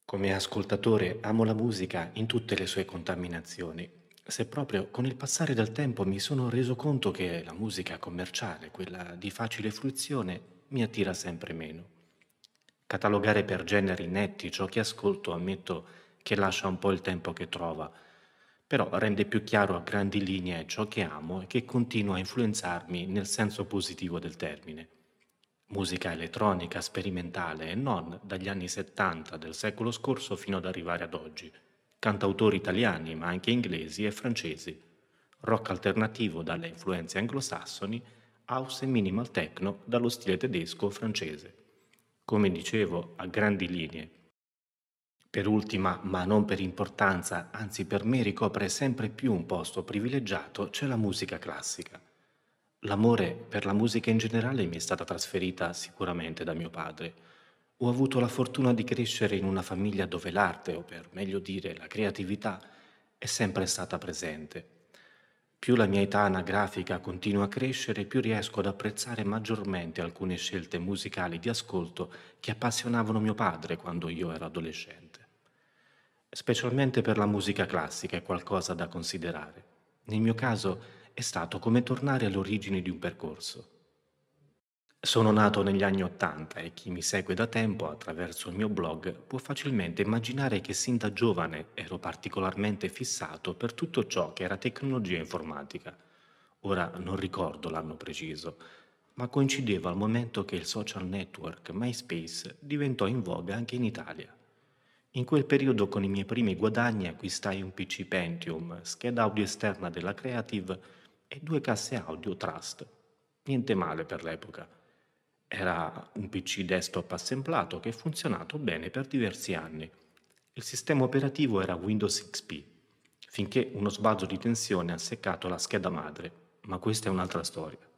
Come ascoltatore amo la musica in tutte le sue contaminazioni, se proprio con il passare del tempo mi sono reso conto che la musica commerciale, quella di facile fruizione, mi attira sempre meno. Catalogare per generi netti ciò che ascolto ammetto che lascia un po' il tempo che trova, però rende più chiaro a grandi linee ciò che amo e che continua a influenzarmi nel senso positivo del termine. Musica elettronica sperimentale e non dagli anni 70 del secolo scorso fino ad arrivare ad oggi. Cantautori italiani ma anche inglesi e francesi. Rock alternativo dalle influenze anglosassoni, house e minimal techno dallo stile tedesco o francese. Come dicevo, a grandi linee. Per ultima, ma non per importanza, anzi per me ricopre sempre più un posto privilegiato, c'è la musica classica. L'amore per la musica in generale mi è stata trasferita sicuramente da mio padre. Ho avuto la fortuna di crescere in una famiglia dove l'arte, o per meglio dire la creatività, è sempre stata presente. Più la mia età anagrafica continua a crescere, più riesco ad apprezzare maggiormente alcune scelte musicali di ascolto che appassionavano mio padre quando io ero adolescente. Specialmente per la musica classica è qualcosa da considerare. Nel mio caso è stato come tornare alle origini di un percorso. Sono nato negli anni '80 e chi mi segue da tempo attraverso il mio blog può facilmente immaginare che sin da giovane ero particolarmente fissato per tutto ciò che era tecnologia informatica. Ora non ricordo l'anno preciso, ma coincideva al momento che il social network MySpace diventò in voga anche in Italia. In quel periodo con i miei primi guadagni acquistai un PC Pentium, scheda audio esterna della Creative e due casse audio Trust. Niente male per l'epoca. Era un PC desktop assemblato che ha funzionato bene per diversi anni. Il sistema operativo era Windows XP, finché uno sbalzo di tensione ha seccato la scheda madre, ma questa è un'altra storia.